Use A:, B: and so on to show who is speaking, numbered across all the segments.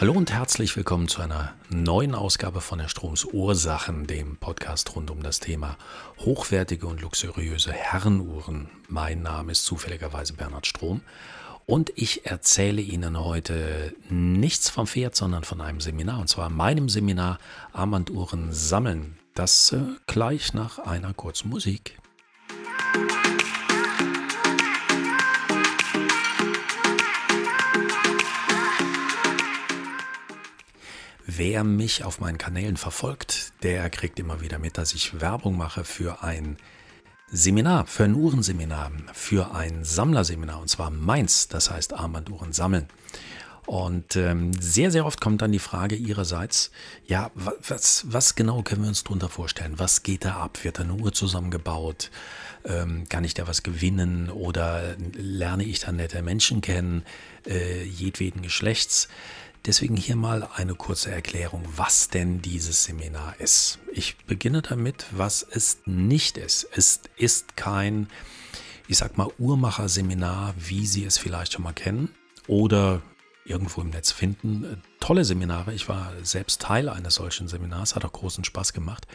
A: Hallo und herzlich willkommen zu einer neuen Ausgabe von der Stromsursachen, dem Podcast rund um das Thema hochwertige und luxuriöse Herrenuhren. Mein Name ist zufälligerweise Bernhard Strom und ich erzähle Ihnen heute nichts vom Pferd, sondern von einem Seminar, und zwar meinem Seminar Armbanduhren sammeln. Das gleich nach einer kurzen Musik. Wer mich auf meinen Kanälen verfolgt, der kriegt immer wieder mit, dass ich Werbung mache für ein Seminar, für ein Uhrenseminar, für ein Sammlerseminar, und zwar meins, das heißt Armbanduhren sammeln. Und sehr, sehr oft kommt dann die Frage ihrerseits, ja, was genau können wir uns darunter vorstellen? Was geht da ab? Wird da eine Uhr zusammengebaut? Kann ich da was gewinnen? Oder lerne ich da nette Menschen kennen, jedweden Geschlechts? Deswegen hier mal eine kurze Erklärung, was denn dieses Seminar ist. Ich beginne damit, was es nicht ist. Es ist kein, Uhrmacher-Seminar, wie Sie es vielleicht schon mal kennen oder irgendwo im Netz finden. Tolle Seminare. Ich war selbst Teil eines solchen Seminars, hat auch großen Spaß gemacht.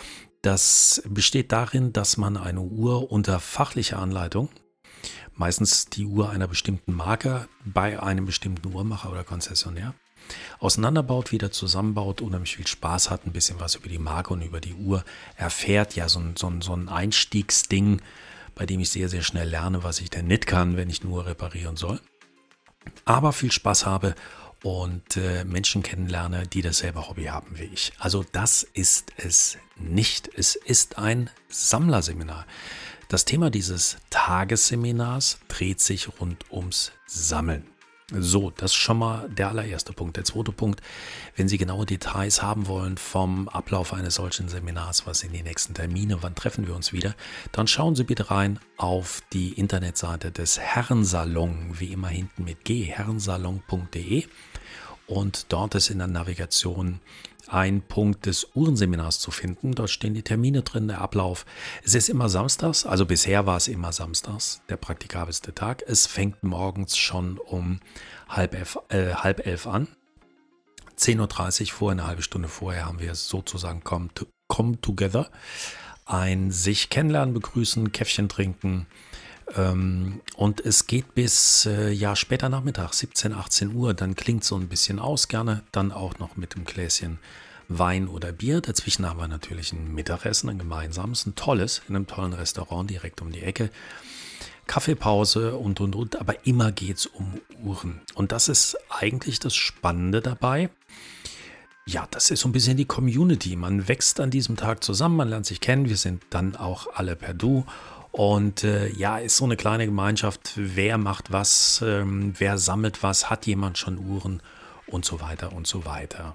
A: Das besteht darin, dass man eine Uhr unter fachlicher Anleitung, meistens die Uhr einer bestimmten Marke bei einem bestimmten Uhrmacher oder Konzessionär, auseinanderbaut, wieder zusammenbaut, unheimlich viel Spaß hat, ein bisschen was über die Marke und über die Uhr erfährt. Ja, so ein Einstiegsding, bei dem ich sehr, sehr schnell lerne, was ich denn nicht kann, wenn ich eine Uhr reparieren soll. Aber viel Spaß habe und Menschen kennenlerne, die dasselbe Hobby haben wie ich. Also das ist es nicht. Es ist ein Sammlerseminar. Das Thema dieses Tagesseminars dreht sich rund ums Sammeln. So, das ist schon mal der allererste Punkt. Der zweite Punkt, wenn Sie genaue Details haben wollen vom Ablauf eines solchen Seminars, was sind die nächsten Termine, wann treffen wir uns wieder, dann schauen Sie bitte rein auf die Internetseite des Herrensalon, wie immer hinten mit G, herrensalon.de, und dort ist in der Navigation ein Punkt des Uhrenseminars zu finden. Dort stehen die Termine drin, der Ablauf. Es ist immer samstags, also bisher war es immer samstags, der praktikabelste Tag. Es fängt morgens schon um halb elf an. 10.30 Uhr vorher, eine halbe Stunde vorher, haben wir sozusagen Come Together. Ein sich kennenlernen, begrüßen, Käffchen trinken. Und es geht bis später Nachmittag, 17, 18 Uhr. Dann klingt so ein bisschen aus, gerne dann auch noch mit einem Gläschen Wein oder Bier. Dazwischen haben wir natürlich ein Mittagessen, ein gemeinsames, ein tolles, in einem tollen Restaurant direkt um die Ecke. Kaffeepause und. Aber immer geht es um Uhren. Und das ist eigentlich das Spannende dabei. Ja, das ist so ein bisschen die Community. Man wächst an diesem Tag zusammen, man lernt sich kennen. Wir sind dann auch alle per Du. Und ist so eine kleine Gemeinschaft, wer macht was, wer sammelt was, hat jemand schon Uhren und so weiter und so weiter.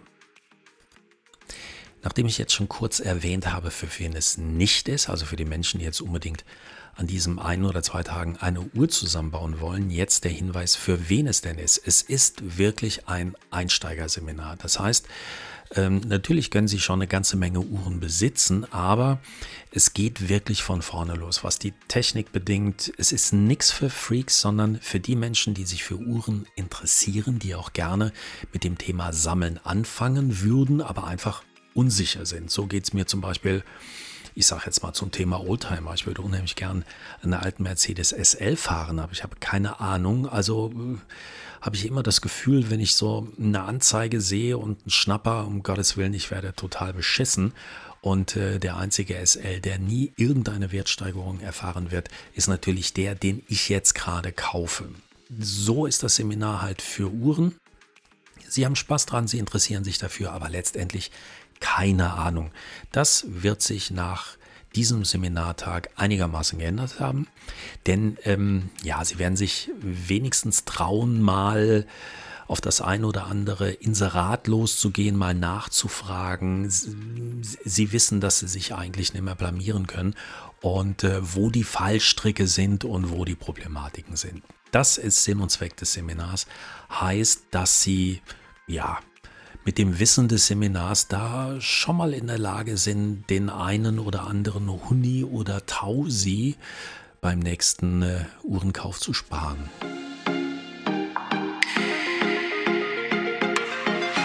A: Nachdem ich jetzt schon kurz erwähnt habe, für wen es nicht ist, also für die Menschen, die jetzt unbedingt an diesem 1 oder 2 Tagen eine Uhr zusammenbauen wollen, jetzt der Hinweis, für wen es denn ist. Es ist wirklich ein Einsteigerseminar. Das heißt, natürlich können Sie schon eine ganze Menge Uhren besitzen, aber es geht wirklich von vorne los, was die Technik bedingt. Es ist nichts für Freaks, sondern für die Menschen, die sich für Uhren interessieren, die auch gerne mit dem Thema Sammeln anfangen würden, aber einfach unsicher sind. So geht es mir zum Beispiel, ich sage jetzt mal zum Thema Oldtimer. Ich würde unheimlich gern einen alten Mercedes SL fahren, aber ich habe keine Ahnung. Also habe ich immer das Gefühl, wenn ich so eine Anzeige sehe und einen Schnapper, um Gottes Willen, ich werde total beschissen. Und der einzige SL, der nie irgendeine Wertsteigerung erfahren wird, ist natürlich der, den ich jetzt gerade kaufe. So ist das Seminar halt für Uhren. Sie haben Spaß dran, Sie interessieren sich dafür, aber letztendlich keine Ahnung. Das wird sich nach diesem Seminartag einigermaßen geändert haben, denn Sie werden sich wenigstens trauen, mal auf das ein oder andere Inserat loszugehen, mal nachzufragen. Sie wissen, dass Sie sich eigentlich nicht mehr blamieren können und wo die Fallstricke sind und wo die Problematiken sind. Das ist Sinn und Zweck des Seminars. Heißt, dass Sie mit dem Wissen des Seminars da schon mal in der Lage sind, den einen oder anderen Huni oder Tausi beim nächsten Uhrenkauf zu sparen.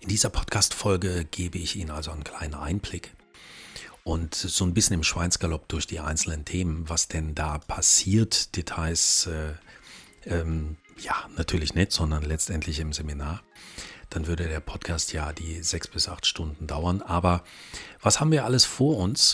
A: In dieser Podcast-Folge gebe ich Ihnen also einen kleinen Einblick und so ein bisschen im Schweinsgalopp durch die einzelnen Themen, was denn da passiert. Details, natürlich nicht, sondern letztendlich im Seminar. Dann würde der Podcast ja die 6 bis 8 Stunden dauern. Aber was haben wir alles vor uns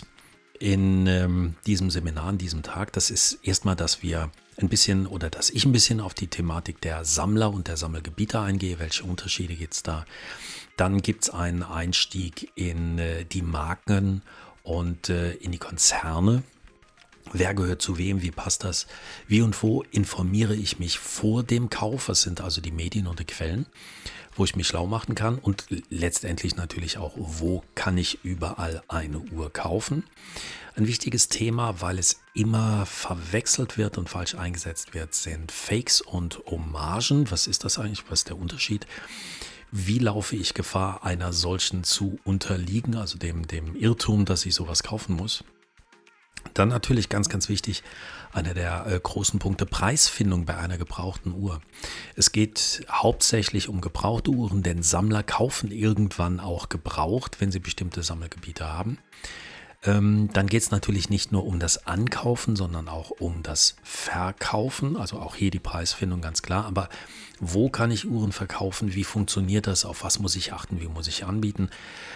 A: in diesem Seminar, an diesem Tag? Das ist erstmal, dass ich ein bisschen auf die Thematik der Sammler und der Sammelgebiete eingehe. Welche Unterschiede gibt es da? Dann gibt es einen Einstieg in die Marken und in die Konzerne. Wer gehört zu wem? Wie passt das? Wie und wo informiere ich mich vor dem Kauf? Was sind also die Medien und die Quellen, wo ich mich schlau machen kann? Und letztendlich natürlich auch, wo kann ich überall eine Uhr kaufen? Ein wichtiges Thema, weil es immer verwechselt wird und falsch eingesetzt wird, sind Fakes und Hommagen. Was ist das eigentlich? Was ist der Unterschied? Wie laufe ich Gefahr, einer solchen zu unterliegen, also dem Irrtum, dass ich sowas kaufen muss? Dann natürlich ganz, ganz wichtig, einer der großen Punkte, Preisfindung bei einer gebrauchten Uhr. Es geht hauptsächlich um gebrauchte Uhren, denn Sammler kaufen irgendwann auch gebraucht, wenn sie bestimmte Sammelgebiete haben. Dann geht es natürlich nicht nur um das Ankaufen, sondern auch um das Verkaufen. Also auch hier die Preisfindung, ganz klar. Aber wo kann ich Uhren verkaufen? Wie funktioniert das? Auf was muss ich achten? Wie muss ich anbieten?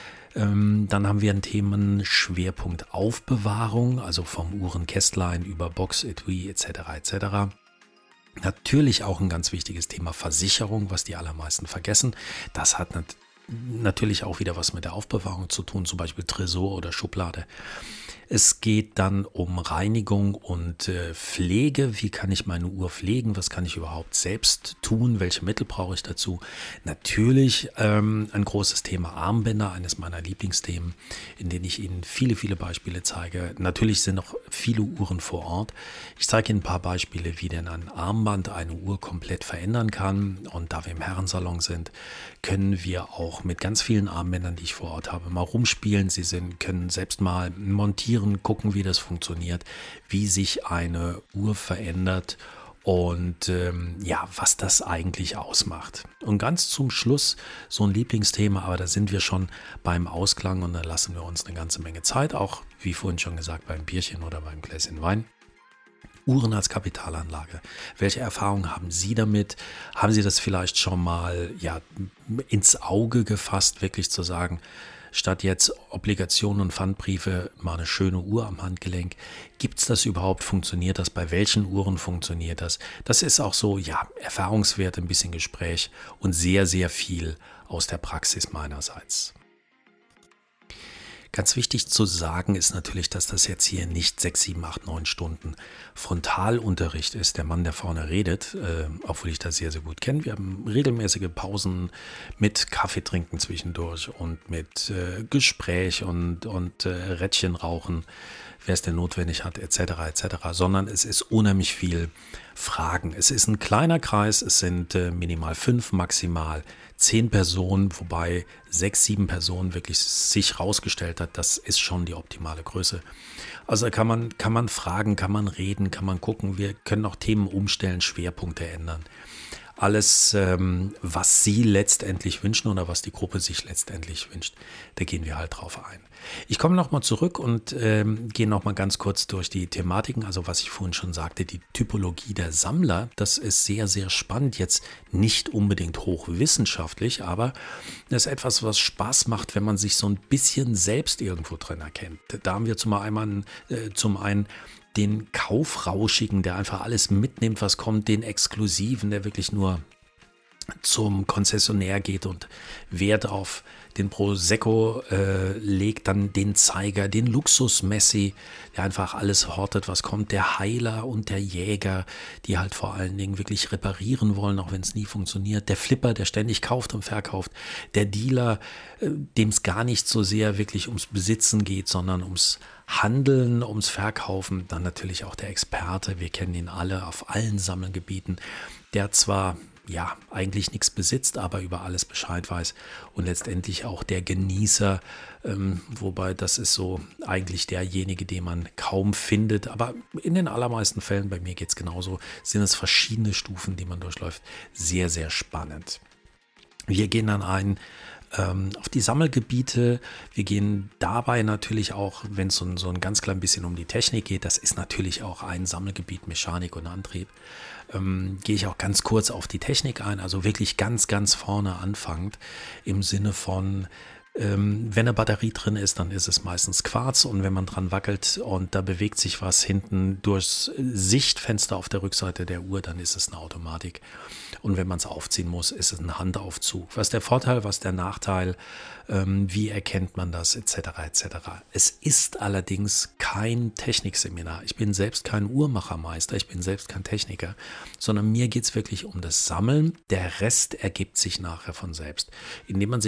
A: Dann haben wir einen Themenschwerpunkt Aufbewahrung, also vom Uhrenkästlein über Box, Etui etc. etc. Natürlich auch ein ganz wichtiges Thema Versicherung, was die allermeisten vergessen. Das hat natürlich auch wieder was mit der Aufbewahrung zu tun, zum Beispiel Tresor oder Schublade. Es geht dann um Reinigung und Pflege. Wie kann ich meine Uhr pflegen? Was kann ich überhaupt selbst tun? Welche Mittel brauche ich dazu? Natürlich ein großes Thema Armbänder, eines meiner Lieblingsthemen, in denen ich Ihnen viele, viele Beispiele zeige. Natürlich sind noch viele Uhren vor Ort. Ich zeige Ihnen ein paar Beispiele, wie denn ein Armband eine Uhr komplett verändern kann. Und da wir im Herrensalon sind, können wir auch mit ganz vielen Armbändern, die ich vor Ort habe, mal rumspielen. Sie können selbst mal montieren, gucken, wie das funktioniert, wie sich eine Uhr verändert und was das eigentlich ausmacht. Und ganz zum Schluss so ein Lieblingsthema, aber da sind wir schon beim Ausklang und da lassen wir uns eine ganze Menge Zeit, auch wie vorhin schon gesagt, beim Bierchen oder beim Gläschen Wein. Uhren als Kapitalanlage. Welche Erfahrungen haben Sie damit? Haben Sie das vielleicht schon mal ins Auge gefasst, wirklich zu sagen, statt jetzt Obligationen und Pfandbriefe mal eine schöne Uhr am Handgelenk? Gibt es das überhaupt? Funktioniert das? Bei welchen Uhren funktioniert das? Das ist auch so, Erfahrungswert, ein bisschen Gespräch und sehr, sehr viel aus der Praxis meinerseits. Ganz wichtig zu sagen ist natürlich, dass das jetzt hier nicht 6, 7, 8, 9 Stunden Frontalunterricht ist. Der Mann, der vorne redet, obwohl ich das sehr, sehr gut kenne. Wir haben regelmäßige Pausen mit Kaffee trinken zwischendurch und mit Gespräch und Rädchen rauchen, wer es denn notwendig hat, etc. etc. Sondern es ist unheimlich viel Fragen. Es ist ein kleiner Kreis, es sind minimal 5, maximal 10 Personen, wobei 6, 7 Personen wirklich sich rausgestellt hat, das ist schon die optimale Größe. Also kann man fragen, kann man reden, kann man gucken, wir können auch Themen umstellen, Schwerpunkte ändern. Alles, was Sie letztendlich wünschen oder was die Gruppe sich letztendlich wünscht, da gehen wir halt drauf ein. Ich komme nochmal zurück und gehe nochmal ganz kurz durch die Thematiken. Also was ich vorhin schon sagte, die Typologie der Sammler, das ist sehr, sehr spannend. Jetzt nicht unbedingt hochwissenschaftlich, aber das ist etwas, was Spaß macht, wenn man sich so ein bisschen selbst irgendwo drin erkennt. Da haben wir zum einen den Kaufrauschigen, der einfach alles mitnimmt, was kommt, den Exklusiven, der wirklich nur zum Konzessionär geht und Wert auf den Prosecco legt, dann den Zeiger, den Luxus-Messi, der einfach alles hortet, was kommt, der Heiler und der Jäger, die halt vor allen Dingen wirklich reparieren wollen, auch wenn es nie funktioniert, der Flipper, der ständig kauft und verkauft, der Dealer, dem es gar nicht so sehr wirklich ums Besitzen geht, sondern ums Handeln, ums Verkaufen, dann natürlich auch der Experte, wir kennen ihn alle auf allen Sammelgebieten, der zwar eigentlich nichts besitzt, aber über alles Bescheid weiß und letztendlich auch der Genießer, wobei das ist so eigentlich derjenige, den man kaum findet, aber in den allermeisten Fällen, bei mir geht es genauso, sind es verschiedene Stufen, die man durchläuft, sehr, sehr spannend. Wir gehen dann ein Auf die Sammelgebiete. Wir gehen dabei natürlich auch, wenn es so ein ganz klein bisschen um die Technik geht, das ist natürlich auch ein Sammelgebiet Mechanik und Antrieb, gehe ich auch ganz kurz auf die Technik ein, also wirklich ganz, ganz vorne anfangend im Sinne von, wenn eine Batterie drin ist, dann ist es meistens Quarz und wenn man dran wackelt und da bewegt sich was hinten durchs Sichtfenster auf der Rückseite der Uhr, dann ist es eine Automatik. Und wenn man es aufziehen muss, ist es ein Handaufzug. Was ist der Vorteil, was ist der Nachteil, wie erkennt man das, etc. etc. Es ist allerdings kein Technikseminar. Ich bin selbst kein Uhrmachermeister, ich bin selbst kein Techniker, sondern mir geht es wirklich um das Sammeln. Der Rest ergibt sich nachher von selbst, indem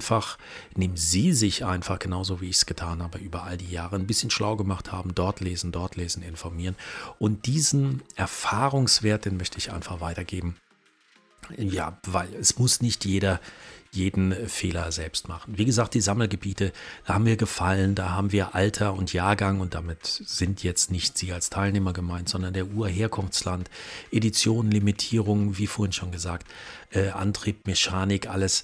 A: Sie sich einfach, genauso wie ich es getan habe, über all die Jahre ein bisschen schlau gemacht haben, dort lesen, informieren. Und diesen Erfahrungswert, den möchte ich einfach weitergeben. Ja, weil es muss nicht jeden Fehler selbst machen. Wie gesagt, die Sammelgebiete, da haben wir Gefallen, da haben wir Alter und Jahrgang und damit sind jetzt nicht Sie als Teilnehmer gemeint, sondern der Urherkunftsland, Edition, Limitierung, wie vorhin schon gesagt, Antrieb, Mechanik, alles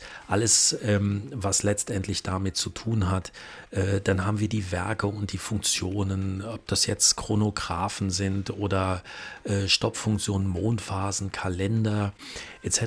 A: was letztendlich damit zu tun hat. Dann haben wir die Werke und die Funktionen, ob das jetzt Chronographen sind oder Stoppfunktionen, Mondphasen, Kalender etc.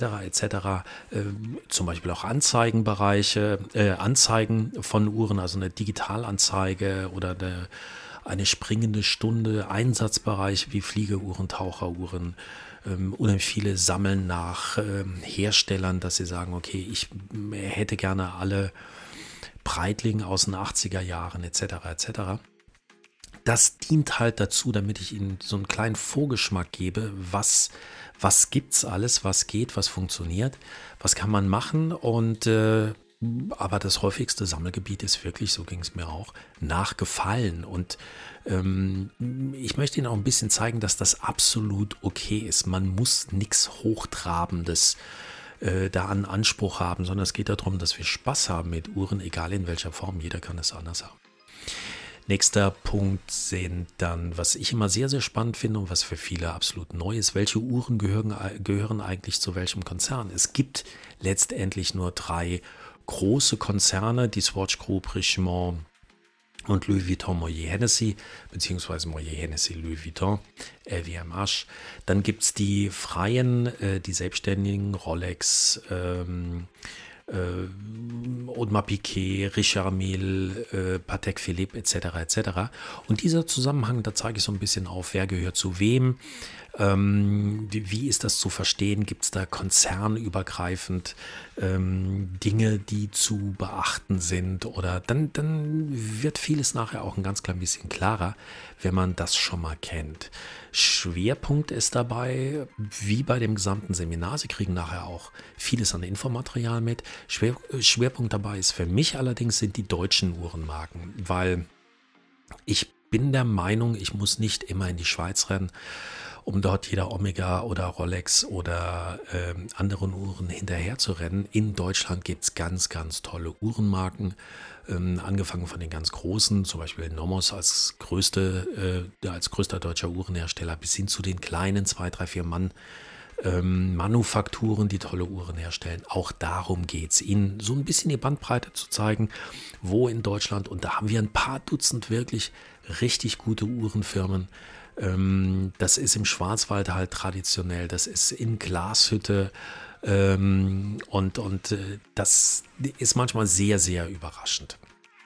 A: Zum Beispiel auch Anzeigenbereiche, Anzeigen von Uhren, also eine Digitalanzeige oder eine springende Stunde, Einsatzbereich wie Fliegeuhren, Taucheruhren. Unheimlich viele sammeln nach Herstellern, dass sie sagen, okay, ich hätte gerne alle Breitling aus den 80er Jahren etc. etc. Das dient halt dazu, damit ich Ihnen so einen kleinen Vorgeschmack gebe, was gibt's alles, was geht, was funktioniert, was kann man machen und aber das häufigste Sammelgebiet ist wirklich, so ging es mir auch, nach Gefallen. Und ich möchte Ihnen auch ein bisschen zeigen, dass das absolut okay ist. Man muss nichts Hochtrabendes da an Anspruch haben, sondern es geht darum, dass wir Spaß haben mit Uhren, egal in welcher Form. Jeder kann es anders haben. Nächster Punkt sind dann, was ich immer sehr, sehr spannend finde und was für viele absolut neu ist, welche Uhren gehören eigentlich zu welchem Konzern. Es gibt letztendlich nur 3 große Konzerne, die Swatch Group, Richemont und Louis Vuitton Moet Hennessy, beziehungsweise Moet Hennessy Louis Vuitton, LVMH. Dann gibt es die freien, die selbstständigen Rolex, Audemars Piguet, Richard Mille, Patek Philippe etc. etc. Und dieser Zusammenhang, da zeige ich so ein bisschen auf, wer gehört zu wem, wie ist das zu verstehen, gibt es da konzernübergreifend Dinge, die zu beachten sind oder dann wird vieles nachher auch ein ganz klein bisschen klarer, wenn man das schon mal kennt. Schwerpunkt ist dabei, wie bei dem gesamten Seminar, Sie kriegen nachher auch vieles an Infomaterial mit. Schwerpunkt dabei ist für mich allerdings sind die deutschen Uhrenmarken, weil ich bin der Meinung, ich muss nicht immer in die Schweiz rennen, um dort jeder Omega oder Rolex oder anderen Uhren hinterher zu rennen. In Deutschland gibt es ganz, ganz tolle Uhrenmarken, angefangen von den ganz großen, zum Beispiel Nomos als größter deutscher Uhrenhersteller, bis hin zu den kleinen 2, 3, 4 Mann Manufakturen, die tolle Uhren herstellen. Auch darum geht es, Ihnen so ein bisschen die Bandbreite zu zeigen, wo in Deutschland, und da haben wir ein paar Dutzend wirklich richtig gute Uhrenfirmen. Das ist im Schwarzwald halt traditionell, das ist in Glashütte und das ist manchmal sehr, sehr überraschend.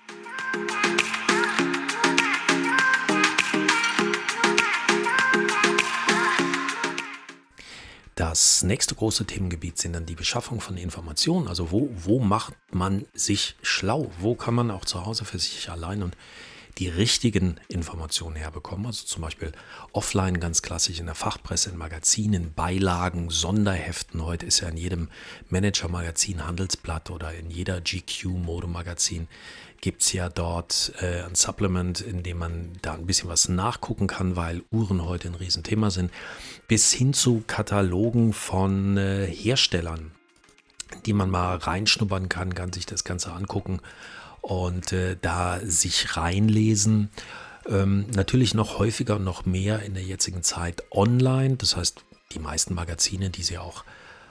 A: Das nächste große Themengebiet sind dann die Beschaffung von Informationen. Also wo macht man sich schlau? Wo kann man auch zu Hause für sich allein und die richtigen Informationen herbekommen? Also zum Beispiel offline, ganz klassisch in der Fachpresse, in Magazinen, Beilagen, Sonderheften. Heute ist ja in jedem Manager-Magazin, Handelsblatt oder in jeder GQ-Modemagazin gibt es ja dort ein Supplement, in dem man da ein bisschen was nachgucken kann, weil Uhren heute ein Riesenthema sind, bis hin zu Katalogen von Herstellern, die man mal reinschnuppern kann sich das Ganze angucken und da sich reinlesen. Natürlich noch häufiger und noch mehr in der jetzigen Zeit online, das heißt die meisten Magazine, die Sie auch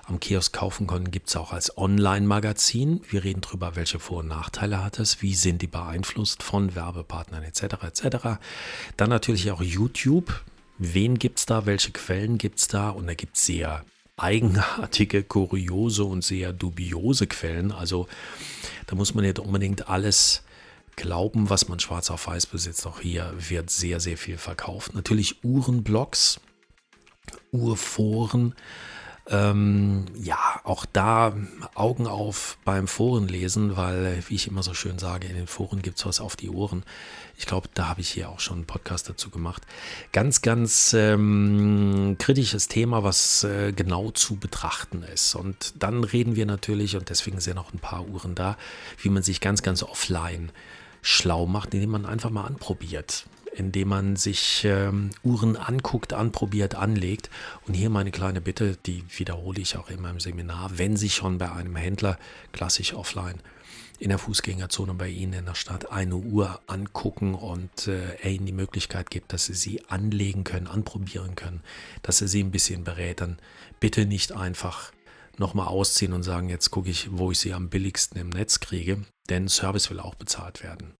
A: am Kiosk kaufen können, gibt es auch als Online-Magazin. Wir reden darüber, welche Vor- und Nachteile hat es, wie sind die beeinflusst von Werbepartnern etc. etc. Dann natürlich auch YouTube. Wen gibt es da, welche Quellen gibt es da? Und da gibt es sehr eigenartige, kuriose und sehr dubiose Quellen. Also da muss man nicht unbedingt alles glauben, was man schwarz auf weiß besitzt. Auch hier wird sehr, sehr viel verkauft. Natürlich Uhrenblogs, Uhrforen. Ja, auch da Augen auf beim Forenlesen, weil, wie ich immer so schön sage, in den Foren gibt es was auf die Ohren. Ich glaube, da habe ich hier auch schon einen Podcast dazu gemacht. Ganz, ganz kritisches Thema, was genau zu betrachten ist. Und dann reden wir natürlich, und deswegen sind noch ein paar Uhren da, wie man sich ganz, ganz offline schlau macht, indem man einfach mal anprobiert, indem man sich Uhren anguckt, anprobiert, anlegt. Und hier meine kleine Bitte, die wiederhole ich auch in meinem Seminar: Wenn Sie schon bei einem Händler, klassisch offline, in der Fußgängerzone bei Ihnen in der Stadt eine Uhr angucken und er Ihnen die Möglichkeit gibt, dass Sie sie anlegen können, anprobieren können, dass er Sie ein bisschen berät, dann bitte nicht einfach nochmal ausziehen und sagen, jetzt gucke ich, wo ich sie am billigsten im Netz kriege, denn Service will auch bezahlt werden.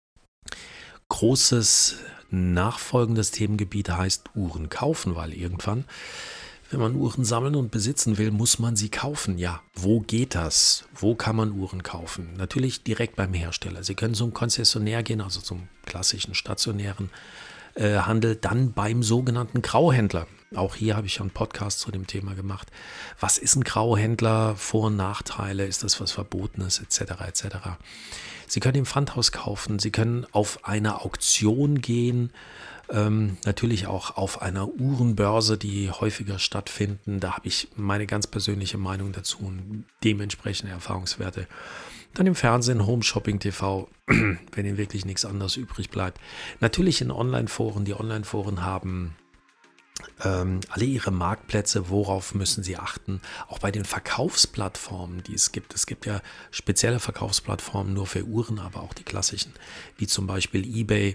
A: Großes nachfolgendes Themengebiet heißt Uhren kaufen, weil irgendwann, wenn man Uhren sammeln und besitzen will, muss man sie kaufen. Ja, wo geht das? Wo kann man Uhren kaufen? Natürlich direkt beim Hersteller. Sie können zum Konzessionär gehen, also zum klassischen stationären Handel, dann beim sogenannten Grauhändler. Auch hier habe ich schon einen Podcast zu dem Thema gemacht. Was ist ein Grauhändler? Vor- und Nachteile? Ist das was Verbotenes? Etc. etc. Sie können im Pfandhaus kaufen. Sie können auf eine Auktion gehen. Natürlich auch auf einer Uhrenbörse, die häufiger stattfinden. Da habe ich meine ganz persönliche Meinung dazu und dementsprechende Erfahrungswerte. Dann im Fernsehen, Home Shopping TV, wenn Ihnen wirklich nichts anderes übrig bleibt. Natürlich in Online-Foren. Die Online-Foren haben alle ihre Marktplätze, worauf müssen sie achten. Auch bei den Verkaufsplattformen, die es gibt. Es gibt ja spezielle Verkaufsplattformen nur für Uhren, aber auch die klassischen, wie zum Beispiel eBay.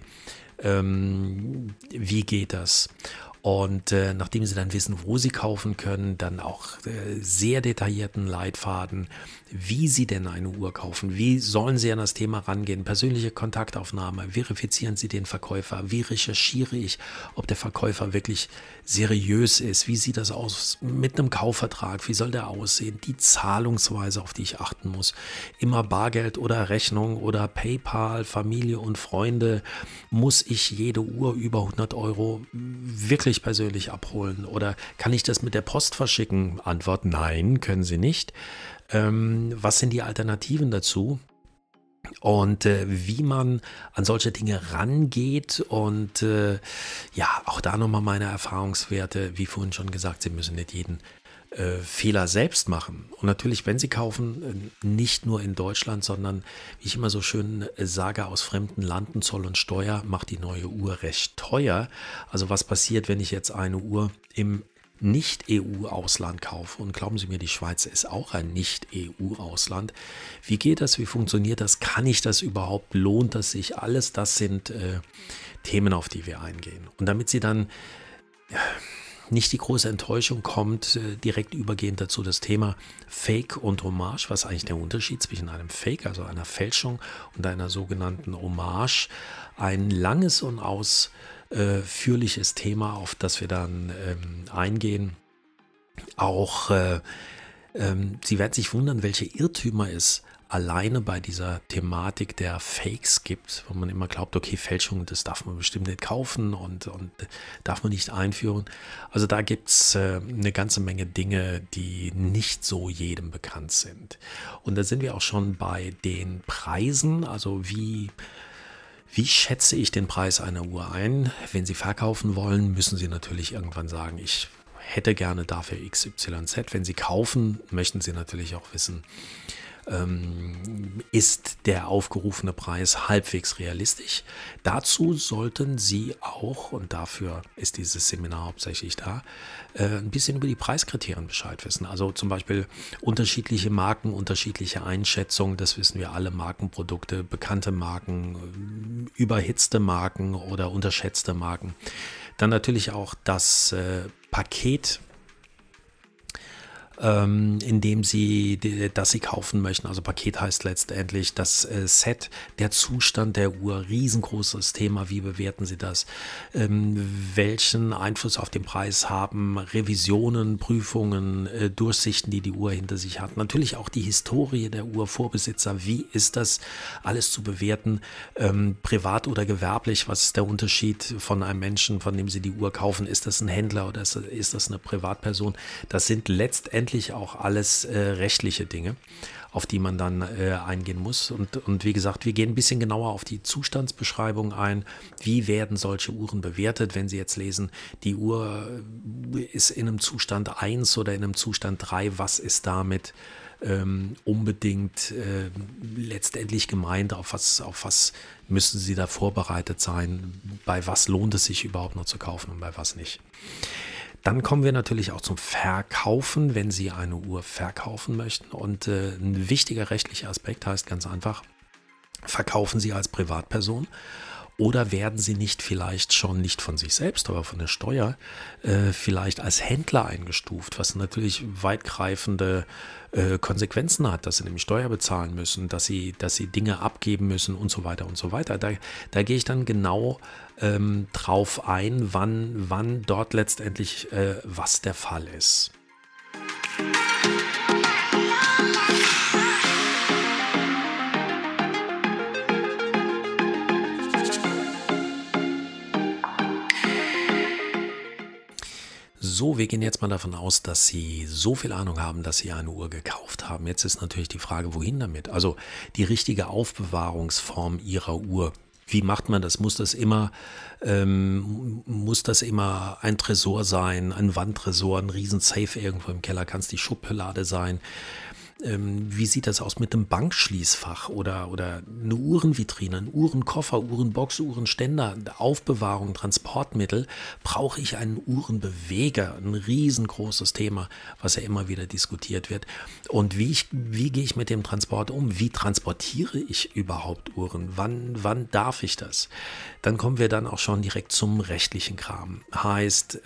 A: Wie geht das? Und nachdem Sie dann wissen, wo Sie kaufen können, dann auch sehr detaillierten Leitfaden, wie Sie denn eine Uhr kaufen, wie sollen Sie an das Thema rangehen, persönliche Kontaktaufnahme, verifizieren Sie den Verkäufer, wie recherchiere ich, ob der Verkäufer wirklich seriös ist, wie sieht das aus mit einem Kaufvertrag, wie soll der aussehen, die Zahlungsweise, auf die ich achten muss, immer Bargeld oder Rechnung oder PayPal, Familie und Freunde, muss ich jede Uhr über 100 Euro wirklich persönlich abholen oder kann ich das mit der Post verschicken? Antwort: Nein, können Sie nicht. Was sind die Alternativen dazu? Und wie man an solche Dinge rangeht und ja, auch da nochmal meine Erfahrungswerte, wie vorhin schon gesagt, Sie müssen nicht jeden Fehler selbst machen. Und natürlich, wenn Sie kaufen, nicht nur in Deutschland, sondern, wie ich immer so schön sage, aus fremden Landen, Zoll und Steuer macht die neue Uhr recht teuer. Also was passiert, wenn ich jetzt eine Uhr im Nicht-EU-Ausland kaufe? Und glauben Sie mir, die Schweiz ist auch ein Nicht-EU-Ausland. Wie geht das? Wie funktioniert das? Kann ich das überhaupt? Lohnt das sich? Alles das sind Themen, auf die wir eingehen. Und damit Sie dann nicht die große Enttäuschung kommt, direkt übergehend dazu das Thema Fake und Hommage. Was ist eigentlich der Unterschied zwischen einem Fake, also einer Fälschung, und einer sogenannten Hommage? Ein langes und ausführliches Thema, auf das wir dann eingehen. Auch Sie werden sich wundern, welche Irrtümer es alleine bei dieser Thematik der Fakes gibt, wo man immer glaubt, okay, Fälschungen, das darf man bestimmt nicht kaufen und darf man nicht einführen. Also da gibt es eine ganze Menge Dinge, die nicht so jedem bekannt sind. Und da sind wir auch schon bei den Preisen, also wie schätze ich den Preis einer Uhr ein? Wenn Sie verkaufen wollen, müssen Sie natürlich irgendwann sagen, ich hätte gerne dafür XYZ. Wenn Sie kaufen, möchten Sie natürlich auch wissen, ist der aufgerufene Preis halbwegs realistisch. Dazu sollten Sie auch, und dafür ist dieses Seminar hauptsächlich da, ein bisschen über die Preiskriterien Bescheid wissen. Also zum Beispiel unterschiedliche Marken, unterschiedliche Einschätzungen, das wissen wir alle, Markenprodukte, bekannte Marken, überhitzte Marken oder unterschätzte Marken. Dann natürlich auch das Paket, indem dass sie kaufen möchten. Also Paket heißt letztendlich das Set, der Zustand der Uhr, riesengroßes Thema. Wie bewerten Sie das? Welchen Einfluss auf den Preis haben Revisionen, Prüfungen, Durchsichten, die Uhr hinter sich hat? Natürlich auch die Historie der Uhr, Vorbesitzer. Wie ist das alles zu bewerten? Privat oder gewerblich? Was ist der Unterschied von einem Menschen, von dem Sie die Uhr kaufen? Ist das ein Händler oder ist das eine Privatperson? Das sind letztendlich auch alles rechtliche Dinge, auf die man dann eingehen muss. Und wie gesagt, wir gehen ein bisschen genauer auf die Zustandsbeschreibung ein. Wie werden solche Uhren bewertet, wenn Sie jetzt lesen, die Uhr ist in einem Zustand 1 oder in einem Zustand 3, was ist damit unbedingt letztendlich gemeint, auf was müssen Sie da vorbereitet sein, bei was lohnt es sich überhaupt noch zu kaufen und bei was nicht. Dann kommen wir natürlich auch zum Verkaufen, wenn Sie eine Uhr verkaufen möchten. Und ein wichtiger rechtlicher Aspekt heißt ganz einfach, verkaufen Sie als Privatperson oder werden Sie nicht vielleicht schon nicht von sich selbst, aber von der Steuer vielleicht als Händler eingestuft, was natürlich weitgreifende Konsequenzen hat, dass Sie nämlich Steuer bezahlen müssen, dass Sie Dinge abgeben müssen und so weiter und so weiter. Da gehe ich dann genau drauf ein, wann dort letztendlich was der Fall ist. So, wir gehen jetzt mal davon aus, dass Sie so viel Ahnung haben, dass Sie eine Uhr gekauft haben. Jetzt ist natürlich die Frage, wohin damit? Also die richtige Aufbewahrungsform Ihrer Uhr. Wie macht man das? Muss das immer ein Tresor sein, ein Wandtresor, ein Riesensafe irgendwo im Keller? Kann es die Schublade sein? Wie sieht das aus mit einem Bankschließfach oder eine Uhrenvitrine, ein Uhrenkoffer, Uhrenbox, Uhrenständer, Aufbewahrung, Transportmittel? Brauche ich einen Uhrenbeweger? Ein riesengroßes Thema, was ja immer wieder diskutiert wird. Und wie gehe ich mit dem Transport um? Wie transportiere ich überhaupt Uhren? Wann darf ich das? Dann kommen wir dann auch schon direkt zum rechtlichen Kram. Heißt,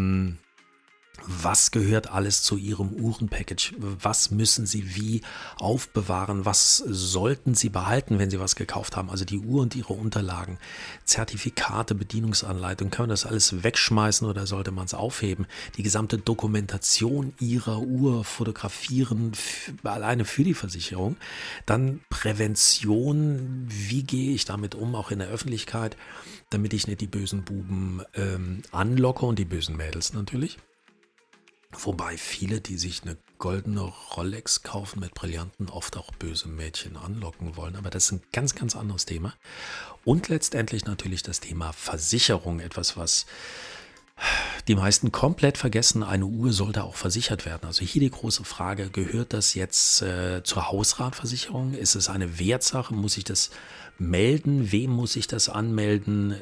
A: was gehört alles zu Ihrem Uhrenpackage? Was müssen Sie wie aufbewahren? Was sollten Sie behalten, wenn Sie was gekauft haben? Also die Uhr und Ihre Unterlagen, Zertifikate, Bedienungsanleitung. Können wir das alles wegschmeißen oder sollte man es aufheben? Die gesamte Dokumentation Ihrer Uhr fotografieren, alleine für die Versicherung. Dann Prävention. Wie gehe ich damit um, auch in der Öffentlichkeit, damit ich nicht die bösen Buben anlocke und die bösen Mädels natürlich. Wobei viele, die sich eine goldene Rolex kaufen mit Brillanten, oft auch böse Mädchen anlocken wollen. Aber das ist ein ganz, ganz anderes Thema. Und letztendlich natürlich das Thema Versicherung. Etwas, was die meisten komplett vergessen. Eine Uhr sollte auch versichert werden. Also hier die große Frage, gehört das jetzt zur Hausratversicherung? Ist es eine Wertsache? Muss ich das melden? Wem muss ich das anmelden?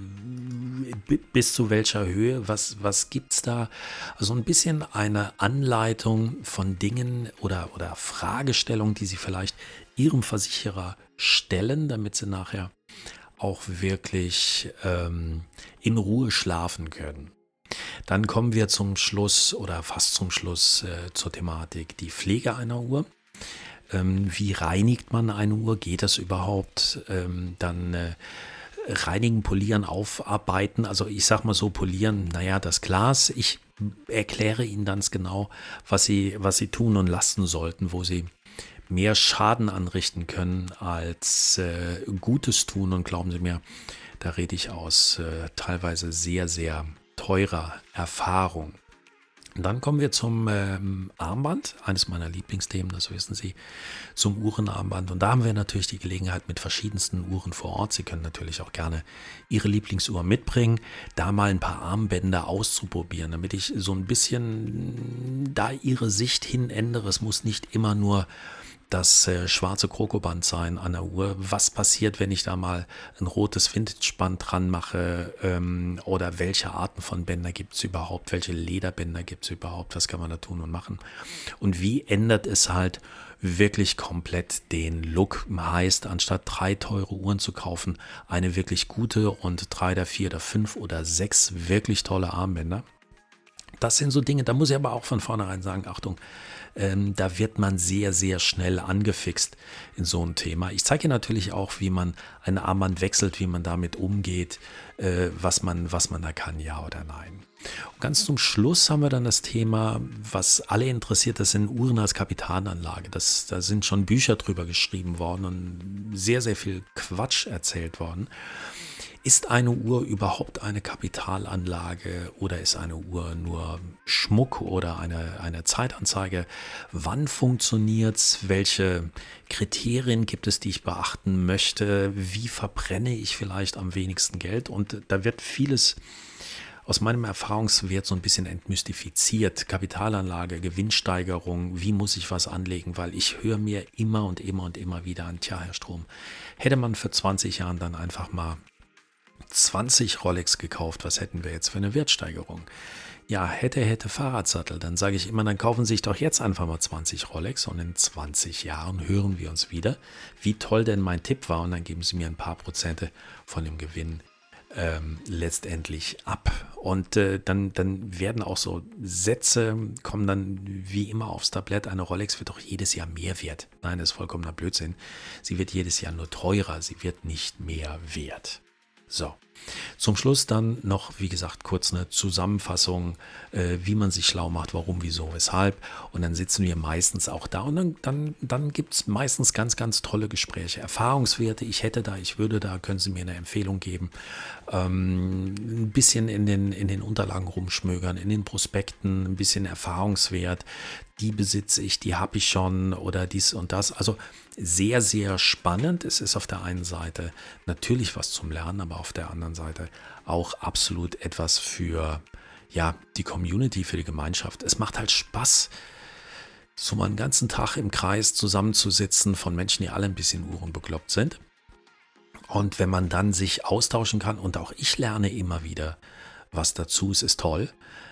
A: Bis zu welcher Höhe? Was gibt es da? Also ein bisschen eine Anleitung von Dingen oder Fragestellungen, die Sie vielleicht Ihrem Versicherer stellen, damit Sie nachher auch wirklich in Ruhe schlafen können. Dann kommen wir zum Schluss oder fast zum Schluss zur Thematik die Pflege einer Uhr. Wie reinigt man eine Uhr? Geht das überhaupt? Dann reinigen, polieren, aufarbeiten. Also ich sag mal so, polieren, naja, das Glas. Ich erkläre Ihnen ganz genau, was Sie tun und lassen sollten, wo Sie mehr Schaden anrichten können als Gutes tun. Und glauben Sie mir, da rede ich aus teilweise sehr, sehr teurer Erfahrung. Und dann kommen wir zum Armband, eines meiner Lieblingsthemen, das wissen Sie, zum Uhrenarmband. Und da haben wir natürlich die Gelegenheit mit verschiedensten Uhren vor Ort. Sie können natürlich auch gerne Ihre Lieblingsuhr mitbringen, da mal ein paar Armbänder auszuprobieren, damit ich so ein bisschen da Ihre Sicht hin ändere. Es muss nicht immer nur das schwarze Krokoband sein an der Uhr. Was passiert, wenn ich da mal ein rotes Vintage-Band dran mache? Oder welche Arten von Bänder gibt es überhaupt? Welche Lederbänder gibt es überhaupt? Was kann man da tun und machen? Und wie ändert es halt wirklich komplett den Look? Heißt, anstatt 3 teure Uhren zu kaufen, eine wirklich gute und 3 oder 4 oder 5 oder 6 wirklich tolle Armbänder. das sind so Dinge, da muss ich aber auch von vornherein sagen, Achtung, da wird man sehr, sehr schnell angefixt in so ein Thema. Ich zeige natürlich auch, wie man ein Armband wechselt, wie man damit umgeht, was man da kann, ja oder nein. Und ganz zum Schluss haben wir dann das Thema, was alle interessiert, das sind Uhren als Kapitalanlage. Da sind schon Bücher drüber geschrieben worden und sehr, sehr viel Quatsch erzählt worden. Ist eine Uhr überhaupt eine Kapitalanlage oder ist eine Uhr nur Schmuck oder eine Zeitanzeige? Wann funktioniert es? Welche Kriterien gibt es, die ich beachten möchte? Wie verbrenne ich vielleicht am wenigsten Geld? Und da wird vieles aus meinem Erfahrungswert so ein bisschen entmystifiziert. Kapitalanlage, Gewinnsteigerung, wie muss ich was anlegen? Weil ich höre mir immer und immer und immer wieder an, tja, Herr Strom, hätte man für 20 Jahren dann einfach mal 20 Rolex gekauft, was hätten wir jetzt für eine Wertsteigerung? Ja, hätte Fahrradsattel. Dann sage ich immer, dann kaufen Sie sich doch jetzt einfach mal 20 Rolex und in 20 Jahren hören wir uns wieder, wie toll denn mein Tipp war und dann geben Sie mir ein paar Prozente von dem Gewinn letztendlich ab. Und dann werden auch so Sätze, kommen dann wie immer aufs Tablett, eine Rolex wird doch jedes Jahr mehr wert. Nein, das ist vollkommener Blödsinn. Sie wird jedes Jahr nur teurer, sie wird nicht mehr wert. So, zum Schluss dann noch, wie gesagt, kurz eine Zusammenfassung, wie man sich schlau macht, warum, wieso, weshalb. Und dann sitzen wir meistens auch da und dann gibt es meistens ganz, ganz tolle Gespräche. Erfahrungswerte, ich würde da, können Sie mir eine Empfehlung geben. Ein bisschen in den Unterlagen rumschmögern, in den Prospekten, ein bisschen Erfahrungswert. Die besitze ich, die habe ich schon oder dies und das. Also sehr, sehr spannend. Es ist auf der einen Seite natürlich was zum Lernen, aber auf der anderen Seite auch absolut etwas für die Community, für die Gemeinschaft. Es macht halt Spaß, so mal einen ganzen Tag im Kreis zusammenzusitzen von Menschen, die alle ein bisschen uhrenbekloppt sind. Und wenn man dann sich austauschen kann und auch ich lerne immer wieder was dazu, es ist toll,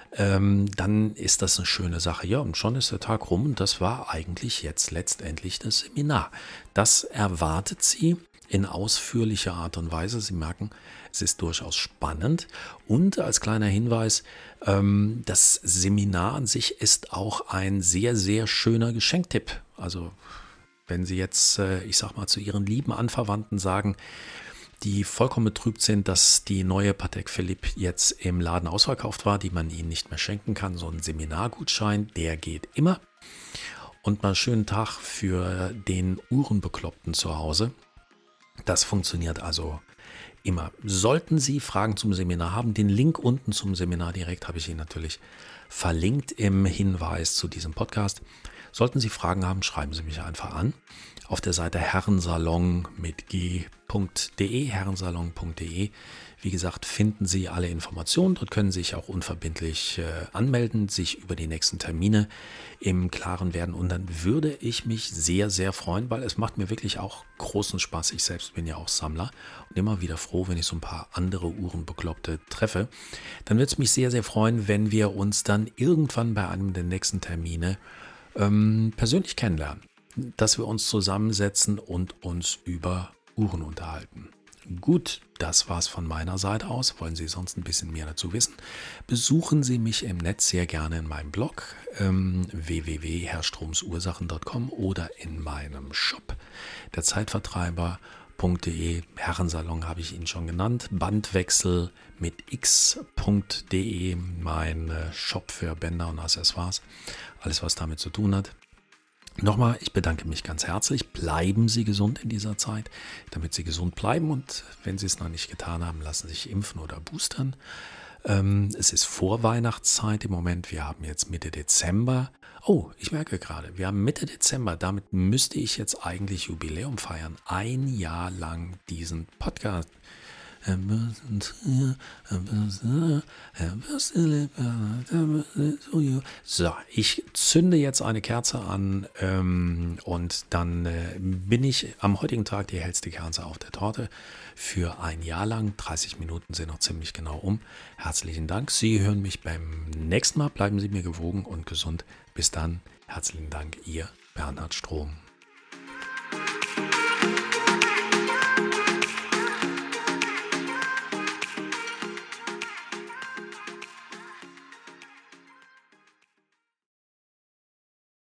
A: dann ist das eine schöne Sache. Ja, und schon ist der Tag rum und das war eigentlich jetzt letztendlich das Seminar. Das erwartet Sie in ausführlicher Art und Weise. Sie merken, es ist durchaus spannend. Und als kleiner Hinweis, das Seminar an sich ist auch ein sehr, sehr schöner Geschenktipp. Also wenn Sie jetzt, ich sag mal, zu Ihren lieben Anverwandten sagen, die vollkommen betrübt sind, dass die neue Patek Philippe jetzt im Laden ausverkauft war, die man ihnen nicht mehr schenken kann. So ein Seminargutschein, der geht immer. Und mal einen schönen Tag für den Uhrenbekloppten zu Hause. Das funktioniert also immer. Sollten Sie Fragen zum Seminar haben, den Link unten zum Seminar direkt habe ich Ihnen natürlich verlinkt im Hinweis zu diesem Podcast. Sollten Sie Fragen haben, schreiben Sie mich einfach an. Auf der Seite herrensalon mit g.de, herrensalon.de. Wie gesagt, finden Sie alle Informationen. Dort können Sie sich auch unverbindlich anmelden, sich über die nächsten Termine im Klaren werden. Und dann würde ich mich sehr, sehr freuen, weil es macht mir wirklich auch großen Spaß. Ich selbst bin ja auch Sammler und immer wieder froh, wenn ich so ein paar andere Uhrenbekloppte treffe. Dann würde es mich sehr, sehr freuen, wenn wir uns dann irgendwann bei einem der nächsten Termine persönlich kennenlernen. Dass wir uns zusammensetzen und uns über Uhren unterhalten. Gut, das war's von meiner Seite aus. Wollen Sie sonst ein bisschen mehr dazu wissen? Besuchen Sie mich im Netz sehr gerne in meinem Blog www.herrstromsursachen.com oder in meinem Shop, der Zeitvertreiber.de. Herrensalon habe ich Ihnen schon genannt. Bandwechsel mit x.de, mein Shop für Bänder und Accessoires. Alles, was damit zu tun hat. Nochmal, ich bedanke mich ganz herzlich. Bleiben Sie gesund in dieser Zeit, damit Sie gesund bleiben. Und wenn Sie es noch nicht getan haben, lassen Sie sich impfen oder boostern. Es ist Vorweihnachtszeit im Moment. Wir haben jetzt Mitte Dezember. Oh, ich merke gerade, wir haben Mitte Dezember. Damit müsste ich jetzt eigentlich Jubiläum feiern. Ein Jahr lang diesen Podcast. So, ich zünde jetzt eine Kerze an und dann bin ich am heutigen Tag die hellste Kerze auf der Torte für ein Jahr lang. 30 Minuten sind noch ziemlich genau um. Herzlichen Dank. Sie hören mich beim nächsten Mal. Bleiben Sie mir gewogen und gesund. Bis dann. Herzlichen Dank, Ihr Bernhard Strom.